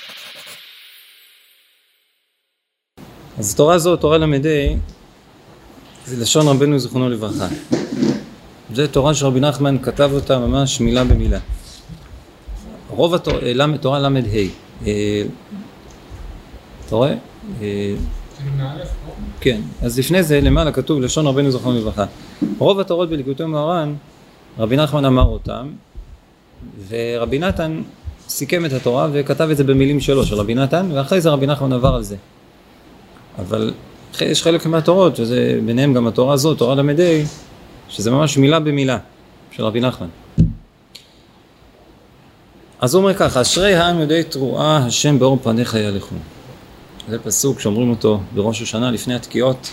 אז התורה זו, תורה למדי, זה לשון רבנו זכרונו לברכה. זו תורה שרבי נחמן כתב אותה ממש מילה במילה. רוב התורה למד ה'. אתה רואה? כן, אז לפני זה למעלה כתוב לשון רבנו זכרונו לברכה. רוב התורות בליקוטי מוהר"ן, רבי נחמן אמר אותם, ורבי נתן סיכם את התורה וכתב את זה במילים שלו, של רבי נתן, ואחרי זה רבי נחמן עבר על זה. אבל יש חלק מהתורות, שזה ביניהם גם התורה הזאת, תורה למדי, שזה ממש מילה במילה של רבי נחמן. אז הוא אומר ככה, אשרי העם יודעי תרועה, השם באור פניך ילכו. זה פסוק שאומרים אותו בראש השנה לפני התקיעות,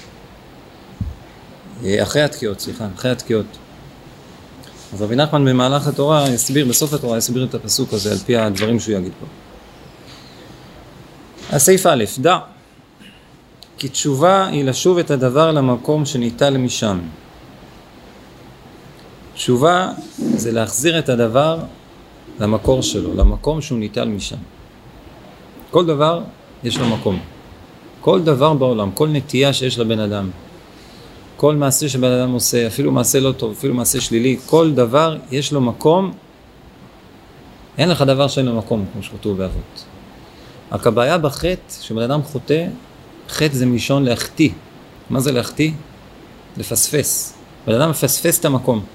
אחרי התקיעות. אז רבי נחמן במהלך התורה יסביר, בסוף התורה יסביר את הפסוק הזה על פי הדברים שהוא יגיד פה. הסעיף א', דע, כי תשובה היא לשוב את הדבר למקום שניטל משם. תשובה זה להחזיר את הדבר למקור שלו, למקום שהוא ניטל משם. כל דבר יש לו מקום. כל דבר בעולם, כל נטייה שיש לבן אדם, כל מעשה שבן אדם עושה, אפילו מעשה לא טוב, אפילו מעשה שלילי, כל דבר יש לו מקום. אין לך דבר שאין לו מקום, כמו שכתוב באבות. רק הבעיה בחטא, שבן אדם חוטא, חטא זה מלשון להחטיא. מה זה להחטיא? לפספס. בן אדם מפספס את המקום.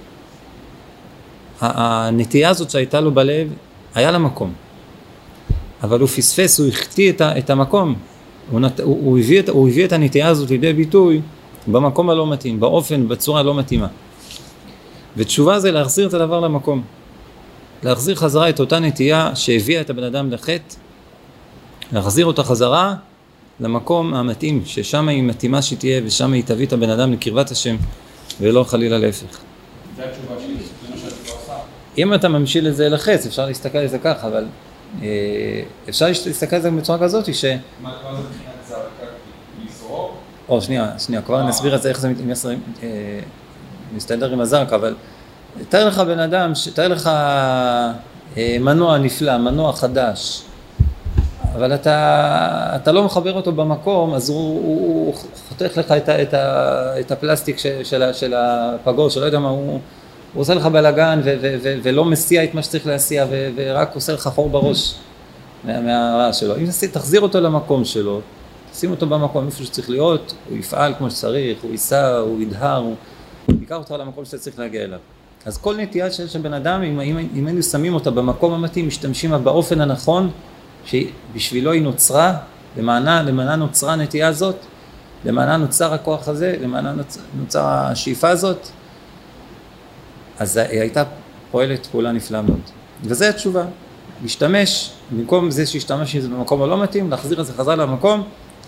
הנטייה הזאת שהייתה לו בלב, היה לה מקום. אבל הוא פספס, הוא החטיא את המקום. הוא הביא את הנטייה הזאת לידי ביטוי במקום הלא מתאים, באופן, בצורה לא מתאימה. ותשובה זה להחזיר את הדבר למקום. להחזיר חזרה את אותה נטייה שהביאה את הבן אדם לחטא, להחזיר אותה חזרה למקום המתאים, ששם היא מתאימה שתהיה, ושם היא תביא את הבן אדם לקרבת השם, ולא חלילה להפך. זה התשובה שלי, זה מה שאתה עושה. אם אתה ממשיל את זה לחץ, אפשר להסתכל על זה ככה, אבל אפשר להסתכל על זה בצורה כזאת, מה זה מבחינת זרקה? לזרוק? או, שנייה, כבר נסביר את זה, איך זה מסתדר עם הזרקה, אבל תאר לך בן אדם, תאר לך מנוע נפלא, מנוע חדש, אבל אתה לא מחבר אותו במקום, אז הוא חותך לך את הפלסטיק של הפגור, שלא יודע מה, הוא עושה לך בלגן ולא מסיע את מה שצריך להסיע, ורק עושה לך חור בראש מהרעש שלו. אם תחזיר אותו למקום שלו, שים אותו במקום איפה שצריך להיות, הוא יפעל כמו שצריך, הוא ייסע, הוא ידהר, הוא ייקח אותו למקום שצריך להגיע אליו. אז כל נטייה של בן אדם, אם היינו שמים אותה במקום המתאים, משתמשים בה באופן הנכון, שבשבילו היא נוצרה, למענה נוצרה הנטייה הזאת, למענה נוצר הכוח הזה, למענה נוצר השאיפה הזאת, אז היא הייתה פועלת פעולה נפלאה מאוד. וזה התשובה, להשתמש, במקום זה שהשתמש מזה במקום הלא מתאים, להחזיר את זה חזרה למקום,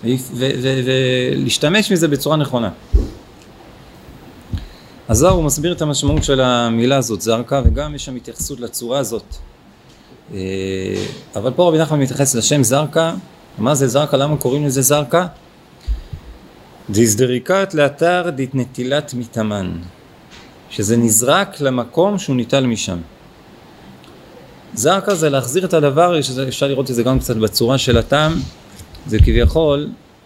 ולהשתמש מזה בצורה נכונה. אז הוא מסביר את המשמעות של המילה הזאת, זרקה, וגם יש שם התייחסות לצורה הזאת. אבל פה רבי נחמן מתייחס לשם זרקה. מה זה זרקה? למה קוראים לזה זרקה? דזדריקת לאתר דית נטילת מתאמן, שזה נזרק למקום שהוא ניטל משם. זרקה זה להחזיר את הדבר, אפשר לראות את זה גם קצת בצורה של הטעם, זה כביכול,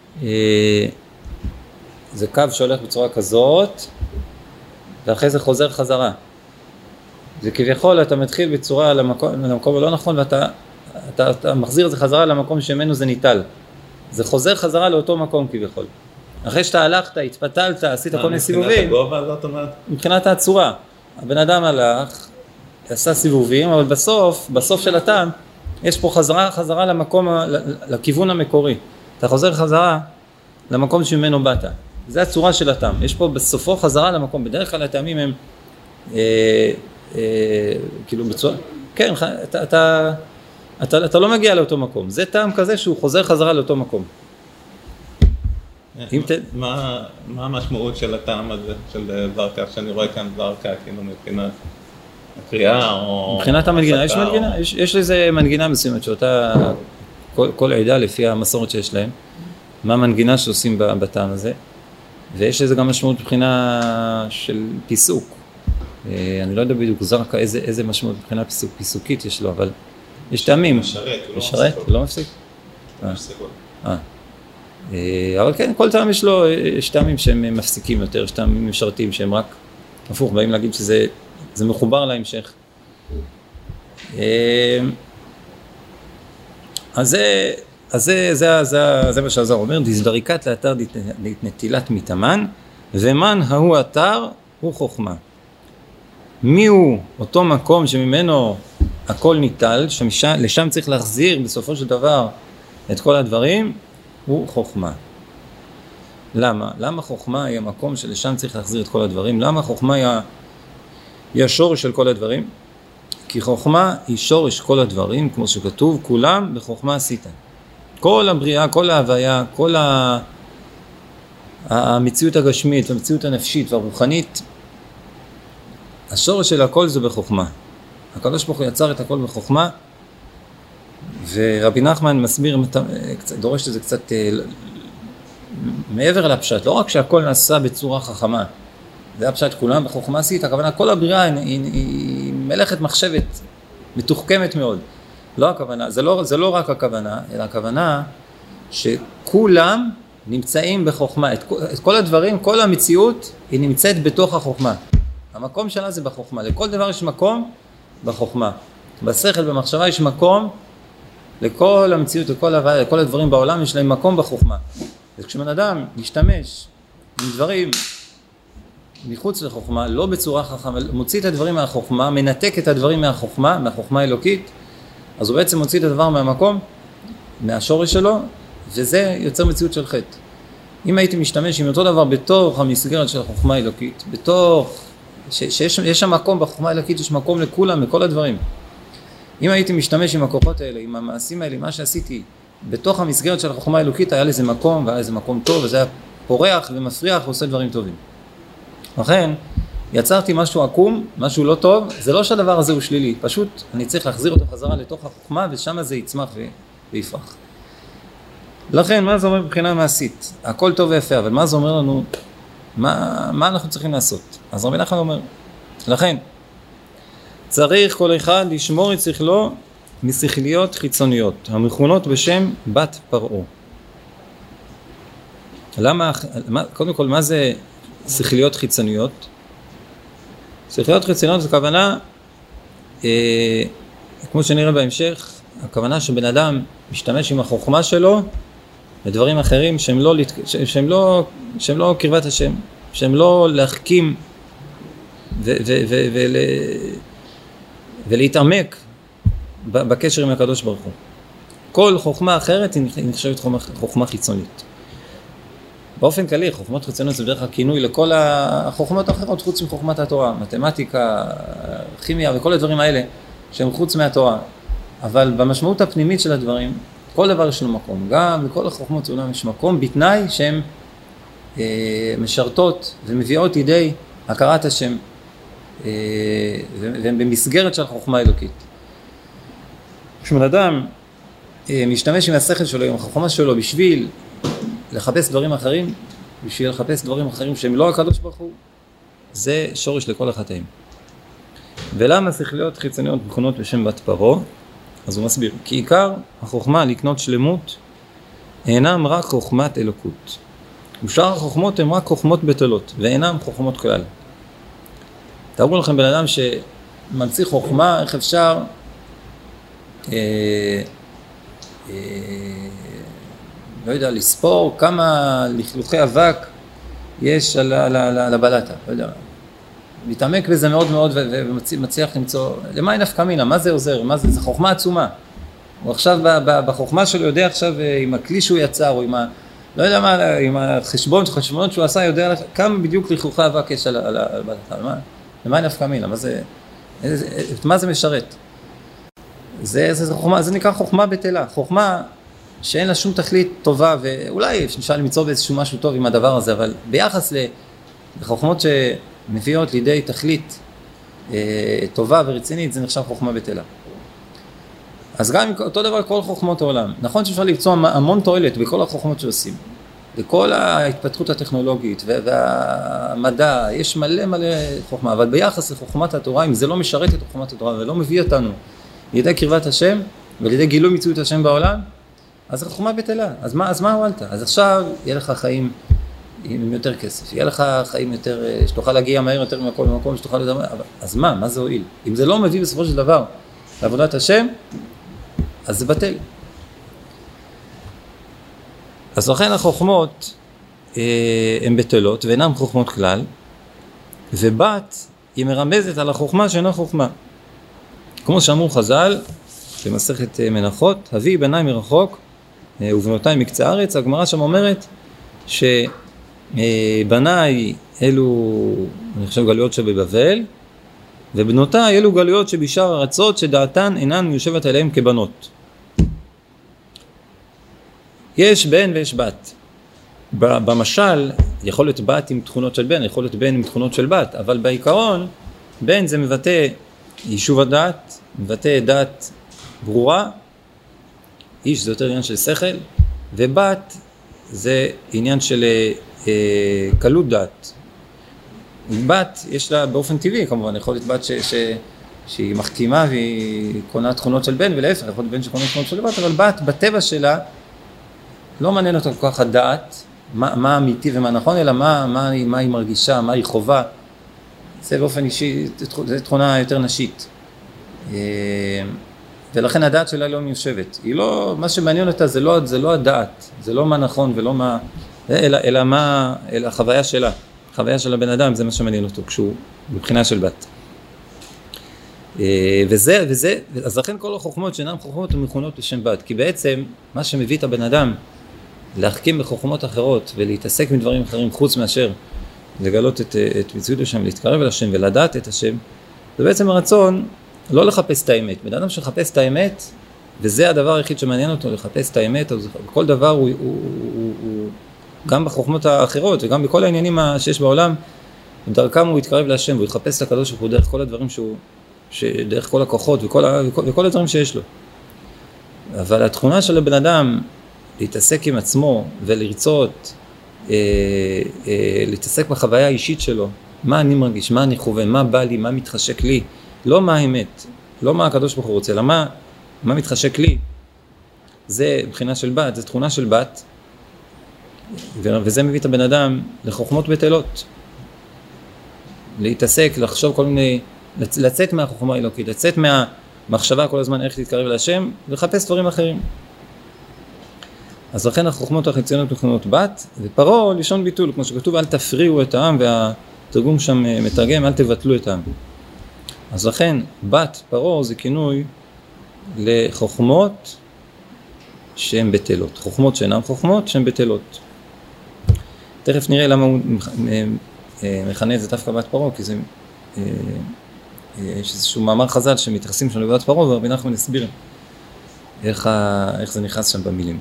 זה קו שהולך בצורה כזאת, ואחרי זה חוזר חזרה. זה כביכול, אתה מתחיל בצורה למקום הלא נכון, ואתה מחזיר את זה חזרה למקום שממנו זה ניטל. זה חוזר חזרה לאותו מקום כביכול. אחרי שאתה הלכת, התפתלת, עשית כל מיני סיבובים. מבחינת הגובה, זאת אומרת? מבחינת הצורה. הבן אדם הלך, עשה סיבובים, אבל בסוף של הטעם, יש פה חזרה למקום, לכיוון המקורי. אתה חוזר חזרה למקום שממנו באת. זה הצורה של הטעם. יש פה בסופו חזרה למקום. בדרך כלל הטעמים הם כאילו בצורה, כן, אתה לא מגיע לאותו מקום. זה טעם כזה שהוא חוזר חזרה לאותו מקום. מה המשמעות של הטעם הזה, של זרקה, שאני רואה כאן זרקה, כאילו מבחינת הקריאה או... מבחינת המנגינה, יש מנגינה, יש לזה מנגינה מסוימת, שאותה כל עדה לפי המסורת שיש להם, מה המנגינה שעושים בטעם הזה, ויש לזה גם משמעות מבחינה של פיסוק. אני לא יודע בדיוק זרקה איזה משמעות מבחינה פיסוקית יש לו, אבל יש טעמים. משרת, הוא לא משרת? מפסיק. לא מפסיק? מפסיק עוד. אבל כן, כל טעם יש לו, יש טעמים שהם מפסיקים יותר, יש טעמים משרתים שהם רק הפוך, באים להגיד שזה מחובר להמשך. אז זה מה שהזוהר אומר, דזבריקת לאתר נטילת מתאמן, ומן ההוא אתר הוא חוכמה. מי הוא אותו מקום שממנו הכל ניטל, לשם צריך להחזיר בסופו של דבר את כל הדברים, הוא חוכמה. למה? למה חוכמה היא המקום שלשם צריך להחזיר את כל הדברים? למה חוכמה היא השורש של כל הדברים? כי חוכמה היא שורש כל הדברים, כמו שכתוב, כולם בחוכמה עשית. כל הבריאה, כל ההוויה, כל המציאות הגשמית, המציאות הנפשית והרוחנית, השורש של הכל זה בחוכמה. הקדוש ברוך הוא יצר את הכל בחוכמה, ורבי נחמן מסביר, דורש לזה קצת מעבר לפשט, לא רק שהכל נעשה בצורה חכמה, זה הפשט כולם בחוכמה עשית, הכוונה כל הבריאה היא מלאכת מחשבת מתוחכמת מאוד. לא הכוונה, זה לא רק הכוונה, אלא הכוונה שכולם נמצאים בחוכמה, את כל הדברים, כל המציאות היא נמצאת בתוך החוכמה. המקום שלה זה בחוכמה, לכל דבר יש מקום בחוכמה. בשכל, במחשבה יש מקום לכל המציאות, לכל הדברים בעולם יש להם מקום בחוכמה. וכשבן אדם משתמש עם דברים מחוץ לחוכמה, לא בצורה חכמה, מוציא את הדברים מהחוכמה, מנתק את הדברים מהחוכמה האלוקית, אז הוא בעצם מוציא את הדבר מהמקום, מהשורש שלו, וזה יוצר מציאות של חטא. אם הייתי משתמש עם אותו דבר בתוך המסגרת של החוכמה האלוקית, שיש שם מקום בחוכמה האלוקית, יש מקום לכולם, לכל הדברים. אם הייתי משתמש עם הכוחות האלה, עם המעשים האלה, מה שעשיתי בתוך המסגרת של החוכמה האלוקית, היה לזה מקום, והיה לזה מקום טוב, וזה היה פורח ומפריח ועושה דברים טובים. לכן, יצרתי משהו עקום, משהו לא טוב, זה לא שהדבר הזה הוא שלילי, פשוט אני צריך להחזיר אותו חזרה לתוך החוכמה, ושם זה יצמח ויפרח. לכן, מה זה אומר מבחינה מעשית? הכל טוב ויפה, אבל מה זה אומר לנו? מה אנחנו צריכים לעשות? אז רבי נחמן אומר, לכן, צריך כל אחד לשמור את שכלו משכליות חיצוניות, המכונות בשם בת פרעה. קודם כל, מה זה שכליות חיצוניות? שכליות חיצוניות זה כוונה, כמו שנראה בהמשך, הכוונה שבן אדם משתמש עם החוכמה שלו לדברים אחרים שהם לא קרבת השם, שהם לא להחכים ולהתעמק בקשר עם הקדוש ברוך הוא. כל חוכמה אחרת היא נחשבת חוכמה חיצונית. באופן כללי, חוכמות חיצוניות זה בדרך הכינוי לכל החוכמות האחרות חוץ מחוכמת התורה, מתמטיקה, כימיה וכל הדברים האלה שהם חוץ מהתורה. אבל במשמעות הפנימית של הדברים, כל דבר יש לו מקום. גם לכל החוכמות העולם יש מקום בתנאי שהן משרתות ומביאות ידי הכרת השם, והן במסגרת של החוכמה האלוקית. כשבן אדם משתמש עם השכל שלו, עם החוכמה שלו, בשביל לחפש דברים אחרים, שהם לא הקדוש ברוך הוא, זה שורש לכל החטאים. ולמה שכליות חיצוניות מכונות בשם בת פרעה? אז הוא מסביר, כי עיקר החוכמה לקנות שלמות אינם רק חוכמת אלוקות. ושאר החוכמות הן רק חוכמות בטלות, ואינם חוכמות כלל. תראו לכם בן אדם שממציא חוכמה, איך אפשר לא יודע, לספור כמה לכלוכי אבק יש על הבלטה, לא יודע. מתעמק בזה מאוד מאוד ומצליח למצוא, למה אין נפקא מינה? מה זה עוזר? זה חוכמה עצומה. הוא עכשיו בחוכמה שלו יודע עכשיו עם הכלי שהוא יצר, או לא יודע מה, עם החשבונות שהוא עשה, יודע כמה בדיוק לכלוכי אבק יש על הבלטה. למה אין נפקא מינה? מה זה משרת? זה נקרא חוכמה בטלה. חוכמה שאין לה שום תכלית טובה, ואולי אפשר למצוא באיזשהו משהו טוב עם הדבר הזה, אבל ביחס לחוכמות שמביאות לידי תכלית טובה ורצינית, זה נחשב חוכמה בטלה. אז גם אותו דבר כל חוכמות העולם. נכון שאפשר למצוא המון תועלת בכל החוכמות שעושים, בכל ההתפתחות הטכנולוגית והמדע, יש מלא חוכמה, אבל ביחס לחוכמת התורה, אם זה לא משרת את חוכמת התורה ולא מביא אותנו לידי קרבת השם, ועל ידי גילוי מציאות השם בעולם, אז החוכמה בטלה. אז מה הועלת? אז עכשיו יהיה לך חיים עם יותר כסף, יהיה לך חיים יותר, שתוכל להגיע מהר יותר ממקום למקום, שתוכל לדבר, אז מה זה הועיל? אם זה לא מביא בסופו של דבר לעבודת השם, אז זה בטל. אז לכן החוכמות הן בטלות ואינן חוכמות כלל, ובת היא מרמזת על החוכמה שאינה חוכמה. כמו שאמרו חז"ל במסכת מנחות, הביא בניי מרחוק ובנותיי מקצה הארץ, הגמרא שם אומרת שבניי אלו, אני חושב, גלויות שבבבל, ובנותיי אלו גלויות שבשאר ארצות שדעתן אינן מיושבת עליהם כבנות. יש בן ויש בת. במשל יכול להיות בת עם תכונות של בן, יכול להיות בן עם תכונות של בת, אבל בעיקרון בן זה מבטא יישוב הדעת, מבטא דעת ברורה, איש זה יותר עניין של שכל, ובת זה עניין של קלות דעת. בת יש לה באופן טבעי כמובן, יכול להיות בת שהיא מחכימה והיא קונה תכונות של בן, ולהפך יכול להיות בן שקונה תכונות של בת, אבל בת בטבע שלה לא מעניין אותה כל כך הדעת, מה אמיתי ומה נכון, אלא מה היא מרגישה, מה היא חובה. זה באופן אישי, זו תכונה יותר נשית. ולכן הדעת שלה לא מיושבת. היא לא, מה שמעניין אותה זה לא הדעת, זה לא מה נכון ולא מה, אלא החוויה שלה. החוויה של הבן אדם זה מה שמעניין אותו, כשהוא מבחינה של בת. אז לכן כל החוכמות שאינן חוכמות הן מכונות לשם בת, כי בעצם מה שמביא את הבן אדם להחכים בחוכמות אחרות ולהתעסק מדברים אחרים חוץ מאשר לגלות את מציאות השם, להתקרב אל השם ולדעת את השם, זה בעצם הרצון לא לחפש את האמת. בן אדם שחפש את האמת, וזה הדבר היחיד שמעניין אותו, לחפש את האמת, בכל דבר הוא גם בחוכמות האחרות וגם בכל העניינים שיש בעולם, דרכם הוא יתקרב להשם, והוא יחפש את הקדוש ברוך הוא דרך כל הדברים דרך כל הכוחות וכל הדברים שיש לו. אבל התכונה של הבן אדם להתעסק עם עצמו ולרצות להתעסק בחוויה האישית שלו, מה אני מרגיש, מה אני חווה, מה בא לי, מה מתחשק לי, לא מה האמת, לא מה הקדוש ברוך הוא רוצה, אלא מה מתחשק לי. זה מבחינה של בת, זה תכונה של בת, וזה מביא את הבן אדם לחוכמות בטלות, להתעסק, לחשוב כל מיני, לצאת מהחוכמה האלוקית, לצאת מהמחשבה כל הזמן איך להתקרב להשם, ולחפש דברים אחרים. אז לכן החוכמות החיצוניות מכונות בת, ופרעה לשון ביטול, כמו שכתוב אל תפריעו את העם, והתרגום שם מתרגם אל תבטלו את העם. אז לכן בת פרעה זה כינוי לחוכמות שהן בטלות, חוכמות שאינן חוכמות שהן בטלות. תכף נראה למה הוא מכנה את זה דווקא בת פרעה, כי זה יש איזשהו מאמר חז"ל שמתייחסים שם לבת פרעה, ורבי נחמן הסביר איך זה נכנס שם במילים.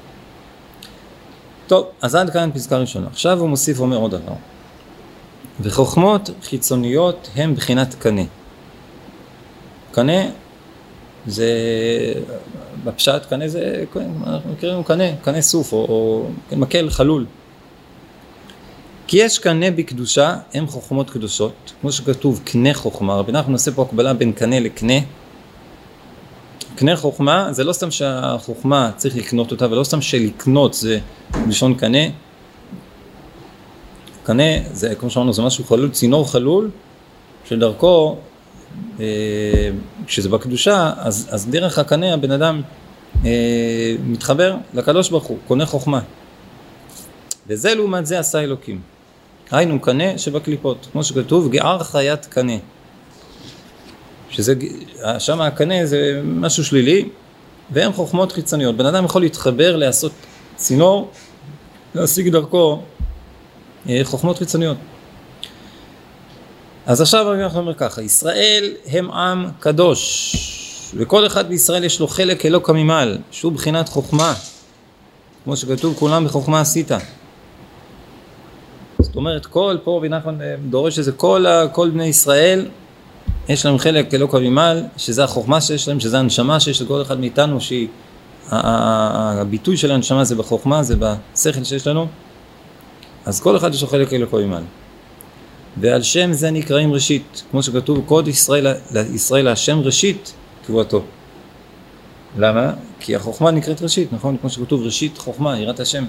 טוב, אז עד כאן פסקה ראשונה. עכשיו הוא מוסיף ואומר עוד דבר. וחוכמות חיצוניות הם בחינת קנה. קנה זה, בפשט קנה זה, אנחנו מכירים קנה סוף או מקל חלול. כי יש קנה בקדושה, הם חוכמות קדושות, כמו שכתוב קנה חוכמה. רבי נחמן עושה פה הקבלה בין קנה לקנה. קנה חוכמה זה לא סתם שהחוכמה צריך לקנות אותה, ולא סתם שלקנות זה לשון קנה. קנה זה, כמו שאמרנו, זה משהו חלול, צינור חלול, שדרכו, כשזה בקדושה, אז דרך הקנה הבן אדם מתחבר לקדוש ברוך הוא, קונה חוכמה. וזה לעומת זה עשה אלוקים. היינו קנה שבקליפות, כמו שכתוב, גער חיית קנה. שזה, שם הקנה זה משהו שלילי, והם חוכמות חיצוניות. בן אדם יכול להתחבר, לעשות צינור, להשיג דרכו חוכמות חיצוניות. אז עכשיו אנחנו אומר ככה, ישראל הם עם קדוש, וכל אחד בישראל יש לו חלק אלוקא ממעל, שהוא בחינת חוכמה, כמו שכתוב, כולם בחוכמה עשית. זאת אומרת, פה ונחמן דורש שזה כל בני ישראל, יש להם חלק אלוקא ממעל, שזה החוכמה שיש להם, שזה הנשמה שיש לכל אחד מאיתנו, הביטוי של הנשמה זה בחוכמה, זה בשכל שיש לנו, אז כל אחד יש לו חלק אלוקא ממעל. ועל שם זה נקראים ראשית, כמו שכתוב, קוד ישראל להשם ראשית קבועתו. למה? כי החוכמה נקראת ראשית, נכון? כמו שכתוב ראשית חוכמה, יראת השם.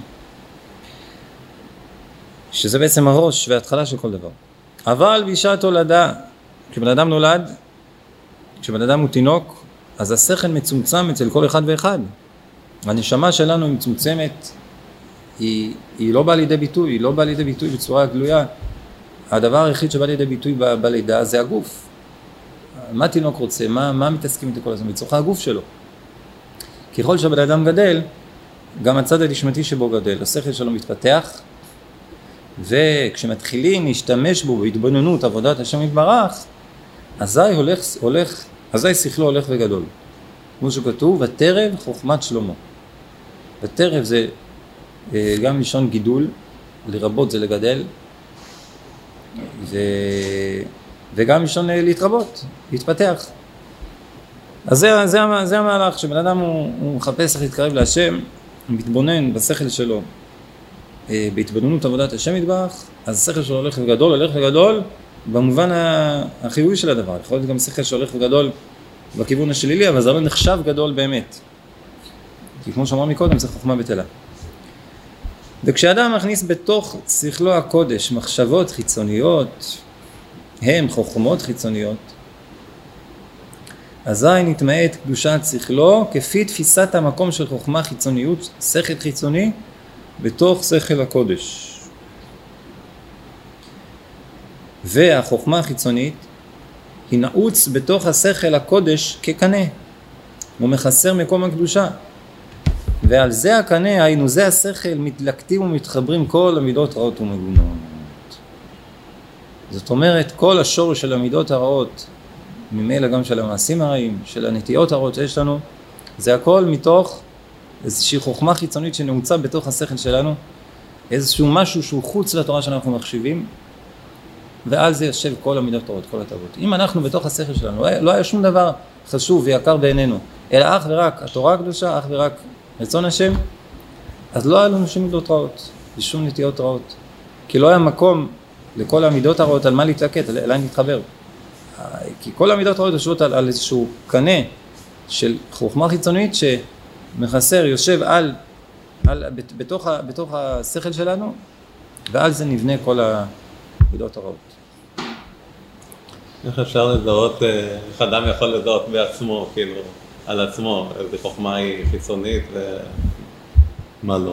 שזה בעצם הראש וההתחלה של כל דבר. אבל בשעת הולדה, כשבן אדם נולד, כשבן אדם הוא תינוק, אז השכל מצומצם אצל כל אחד ואחד. הנשמה שלנו היא מצומצמת, היא לא באה לידי ביטוי, היא לא באה לידי ביטוי בצורה גלויה. הדבר היחיד שבא לידי ביטוי בלידה זה הגוף. מה תינוק רוצה? מה מתעסקים איתו כל הזמן? בצורך הגוף שלו. ככל שהבן אדם גדל, גם הצד הנשמתי שבו גדל, השכל שלו מתפתח, וכשמתחילים להשתמש בו בהתבוננות עבודת השם יתברך, אזי שכלו הולך וגדול. כמו שכתוב, ותרב חוכמת שלמה. ותרב זה גם לשון גידול, לרבות זה לגדל, וגם לשון להתרבות, להתפתח. אז זה המהלך, שבן אדם הוא מחפש איך להתקרב להשם, הוא מתבונן בשכל שלו, בהתבוננות עבודת השם יתברך, אז השכל שלו הולך וגדול, במובן החיובי של הדבר. יכול להיות גם שכל שהולך וגדול בכיוון השלילי, אבל זה לא נחשב גדול באמת. כי כמו שאמרנו מקודם, זה חוכמה בטלה. וכשאדם מכניס בתוך שכלו הקודש מחשבות חיצוניות, הם חוכמות חיצוניות, אזי נתמעט קדושת שכלו כפי תפיסת המקום של חוכמה חיצוניות, שכל חיצוני, בתוך שכל הקודש. והחוכמה החיצונית היא נעוץ בתוך השכל הקודש כקנה, הוא מחסר מקום הקדושה. ועל זה הקנה, היינו זה השכל, מתלקטים ומתחברים כל המידות רעות ומגונות. זאת אומרת, כל השורש של המידות הרעות, ממילא גם של המעשים הרעים, של הנטיות הרעות שיש לנו, זה הכל מתוך איזושהי חוכמה חיצונית שנעוצה בתוך השכל שלנו, איזשהו משהו שהוא חוץ לתורה שאנחנו מחשיבים, ועל זה יושב כל המידות הרעות, כל התאוות. אם אנחנו בתוך השכל שלנו, לא היה שום דבר חשוב ויקר בעינינו, אלא אך ורק התורה הקדושה, אך ורק רצון השם, אז לא היה לנו שום מידות רעות, ושום נטיות רעות. כי לא היה מקום לכל המידות הרעות על מה להתלקט, אלא להתחבר. כי כל המידות הרעות יושבות על איזשהו קנה של חוכמה חיצונית שמחסר, יושב בתוך השכל שלנו, ועל זה נבנה כל המידות הרעות. איך אפשר לזהות, איך אדם יכול לזהות בעצמו, כאילו, על עצמו, איזו חוכמה היא חיצונית ומה לא?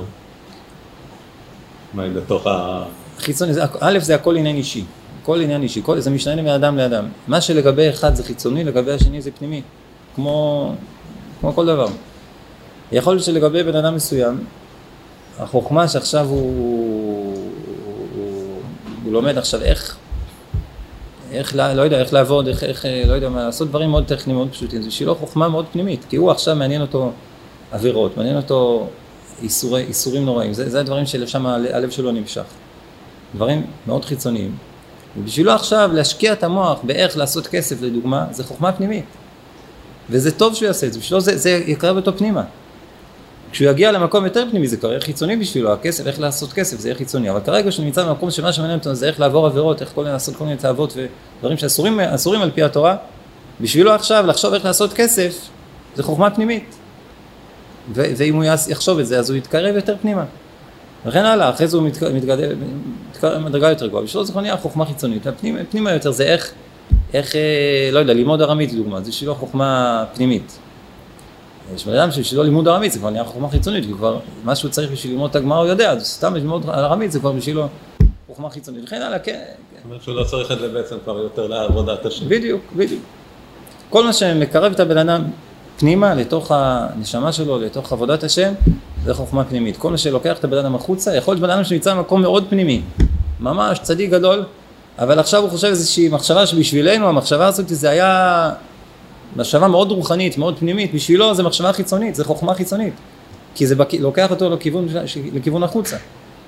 מה היא בתוך חיצוני, א' זה הכל עניין אישי, כל עניין אישי, זה משתנה מאדם לאדם. מה שלגבי אחד זה חיצוני, לגבי השני זה פנימי, כמו כל דבר. יכול להיות שלגבי בן אדם מסוים, החוכמה שעכשיו הוא לומד עכשיו איך לא יודע, איך לעבוד, איך לא יודע מה, לעשות דברים מאוד טכניים, מאוד פשוטים, זה בשבילו חוכמה מאוד פנימית, כי הוא עכשיו מעניין אותו עבירות, מעניין אותו איסורים נוראים, זה הדברים שלשם הלב שלו נמשך. דברים מאוד חיצוניים. ובשבילו עכשיו להשקיע את המוח באיך לעשות כסף לדוגמה, זה חוכמה פנימית. וזה טוב שהוא יעשה את זה, בשבילו זה יקרב אותו פנימה. כשהוא יגיע למקום יותר פנימי זה כבר חיצוני בשבילו, הכסף, איך לעשות כסף זה יהיה חיצוני. אבל כרגע כשהוא נמצא במקום שמה שמעניין אותו זה איך לעבור עבירות, איך לעשות כל מיני תאוות ודברים שאסורים על פי התורה, בשבילו עכשיו לחשוב איך לעשות כסף זה חוכמה פנימית. ואם הוא יחשוב את זה אז הוא יתקרב יותר פנימה. וכן הלאה, אחרי זה הוא מתגדל מדרגה יותר גבוהה. בשביל זה נהיה חוכמה חיצונית. הפנימה יותר זה איך לא יודע, ללמוד ארמית לדוגמה, זה בשבילו חוכמה פנימית. יש בן אדם שבשבילו לימוד ארמית זה כבר נהיה חוכמה חיצונית, כי כבר מה שהוא צריך בשביל ללמוד את הגמרא הוא יודע, אז סתם ללמוד ארמית זה כבר בשבילו חוכמה חיצונית. וכן הלאה, כן. זאת אומרת שהוא לא צריך את זה בעצם כבר יותר לעבודת השם. בדיוק. כל מה שמקרב את הבן אדם פנימה, לתוך הנשמה שלו, לתוך עבודת השם, זה חוכמה פנימית. כל מה שלוקח את הבן אדם החוצה, יכול להיות בן אדם שנמצא במקום מאוד פנימי, ממש צדיק גדול, אבל עכשיו הוא חושב איזושהי מחשבה שבשבילנו, המחשבה הזאת זה היה מחשבה מאוד רוחנית, מאוד פנימית, בשבילו זה מחשבה חיצונית, זה חוכמה חיצונית, כי זה לוקח אותו לכיוון החוצה.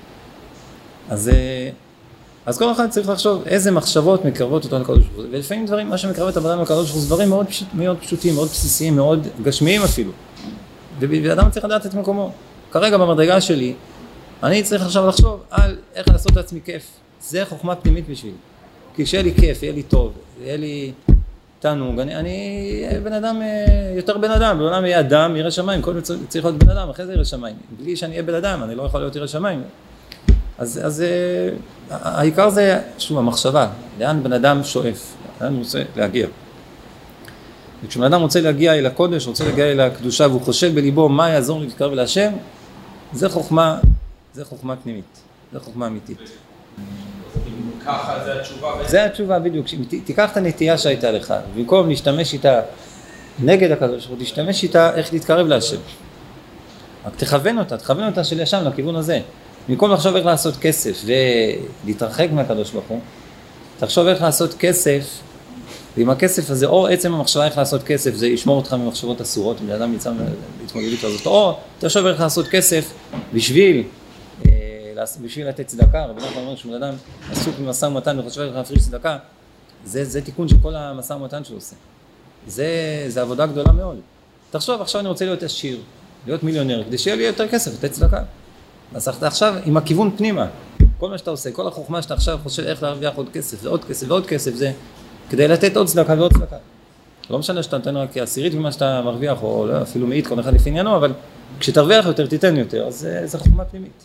אז כל אחד צריך לחשוב איזה מחשבות מקרבות אותו לקדוש ברוך הוא, ולפעמים דברים, מה שמקרב את הבן אדם לקדוש ברוך הוא, זה דברים מאוד פשוטים, מאוד בסיסיים, מאוד גשמיים אפילו. ואדם צריך לדעת את מקומו. כרגע במדרגה שלי, אני צריך עכשיו לחשוב על איך לעשות לעצמי כיף. זה חוכמה פנימית בשבילי. כי שיהיה לי כיף, יהיה לי טוב, יהיה לי תענוג, אני בן אדם, יותר בן אדם, בן אדם יהיה אדם, ירא שמיים, קודם צריך להיות בן אדם, אחרי זה ירא שמיים. בלי שאני אהיה בן אדם, אני לא יכול להיות ירא שמיים. אז העיקר זה, שוב, המחשבה, לאן בן אדם שואף, לאן הוא רוצה להגיע. וכשבן אדם רוצה להגיע אל הקודש, רוצה להגיע אל הקדושה, והוא חושב בליבו מה יעזור לי להתקרב להשם, זה חוכמה פנימית, זה חוכמה אמיתית. ככה זה התשובה. זה התשובה בדיוק, תיקח את הנטייה שהייתה לך, במקום להשתמש איתה נגד הקדוש, תשתמש איתה איך להתקרב להשם. רק תכוון אותה של ישם לכיוון הזה. במקום לחשוב איך לעשות כסף ולהתרחק מהקדוש ברוך הוא, תחשוב איך לעשות כסף, ועם הכסף הזה, או עצם המחשבה איך לעשות כסף, זה ישמור אותך ממחשבות אסורות, אם לאדם יצא להתמודדות הזאת, או תחשוב איך לעשות כסף בשביל לתת צדקה. רבי נחמן אומר שהוא אדם עסוק במשא ומתן וחושב איך להפריש צדקה, זה תיקון של כל המשא ומתן שהוא עושה. זה עבודה גדולה מאוד. תחשוב, עכשיו אני רוצה להיות עשיר, להיות מיליונר, כדי שיהיה לי יותר כסף, לתת צדקה. אז אתה עכשיו עם הכיוון פנימה, כל מה שאתה עושה, כל החוכמה שאתה עכשיו חושב איך להרוויח עוד כסף ועוד כסף ועוד כסף, זה כדי לתת עוד צדקה ועוד צדקה. לא משנה שאתה נותן רק עשירית ממה שאתה מרוויח, או לא, אפילו מאית, כל אחד לפי עניינו, אבל כשתרוויח יותר, תיתן יותר, אז זה חוכמה פנימית.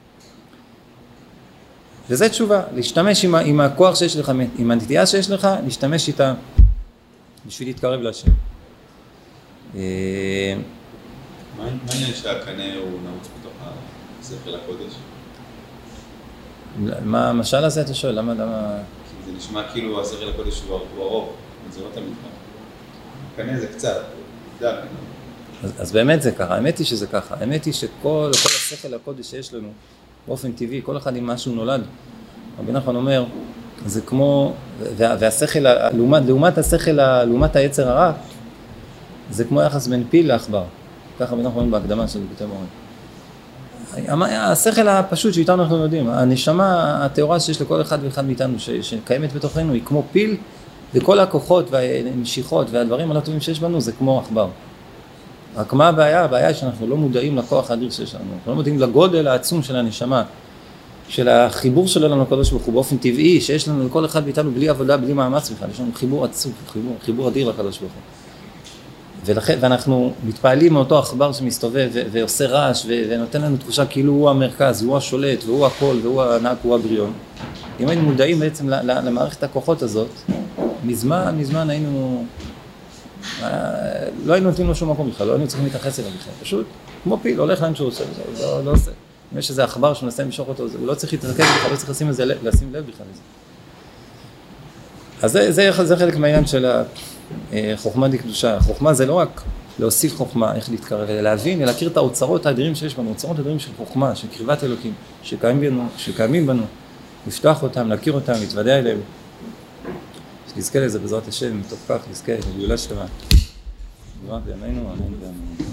וזה תשובה, להשתמש עם הכוח שיש לך, עם הנטייה שיש לך, להשתמש איתה בשביל להתקרב להשם. מה העניין שהקנה הוא נעוץ בתוך השכל הקודש? מה המשל הזה אתה שואל? למה? זה נשמע כאילו השכל הקודש הוא הרוב, זה לא תמיד ככה. הקנה זה קצת, זה הקנה. אז באמת זה ככה, האמת היא שזה ככה, האמת היא שכל השכל הקודש שיש לנו, באופן טבעי, כל אחד עם משהו נולד. רבי נחמן אומר, זה כמו, והשכל, לעומת השכל, לעומת היצר הרע, זה כמו יחס בין פיל לעכבר. ככה רבי נחמן אומר בהקדמה של ביטוי מורים. השכל הפשוט שאיתנו אנחנו יודעים, הנשמה, התאורה שיש לכל אחד ואחד מאיתנו, שקיימת בתוכנו, היא כמו פיל, וכל הכוחות והמשיכות והדברים הלא טובים שיש בנו, זה כמו עכבר. רק מה הבעיה? הבעיה היא שאנחנו לא מודעים לכוח האדיר שיש לנו, אנחנו לא מודעים לגודל העצום של הנשמה, של החיבור שלנו לקדוש ברוך הוא באופן טבעי, שיש לנו לכל אחד מאיתנו בלי עבודה, בלי מאמץ בכלל, יש לנו חיבור עצום, חיבור אדיר לקדוש ברוך הוא. ואנחנו מתפעלים מאותו עכבר שמסתובב ועושה רעש ונותן לנו תחושה כאילו הוא המרכז, הוא השולט והוא הכל והוא הענק, הוא הבריון. אם היינו מודעים בעצם למערכת הכוחות הזאת, מזמן היינו, לא היינו נותנים לו שום מקום בכלל, לא היינו צריכים להתייחס אליו בכלל, פשוט כמו פיל, הולך לאן שהוא עושה, לא עושה. אם יש איזה עכבר שמנסה למשוך אותו, הוא לא צריך להתרכז בכלל, לא צריך לשים לב בכלל לזה. אז זה חלק מהעניין של החוכמה דקדושה. החוכמה זה לא רק להוסיף חוכמה, איך להתקרב, אלא להבין, אלא להכיר את האוצרות האדירים שיש בנו, האוצרות האדירים של חוכמה, של קרבת אלוקים, שקיימים בנו, לפתוח אותם, להכיר אותם, להתוודע אליהם. שנזכה לזה בעזרת השם, מתוך כך נזכה לגאולה שלמה. בימינו, אמן ואמן.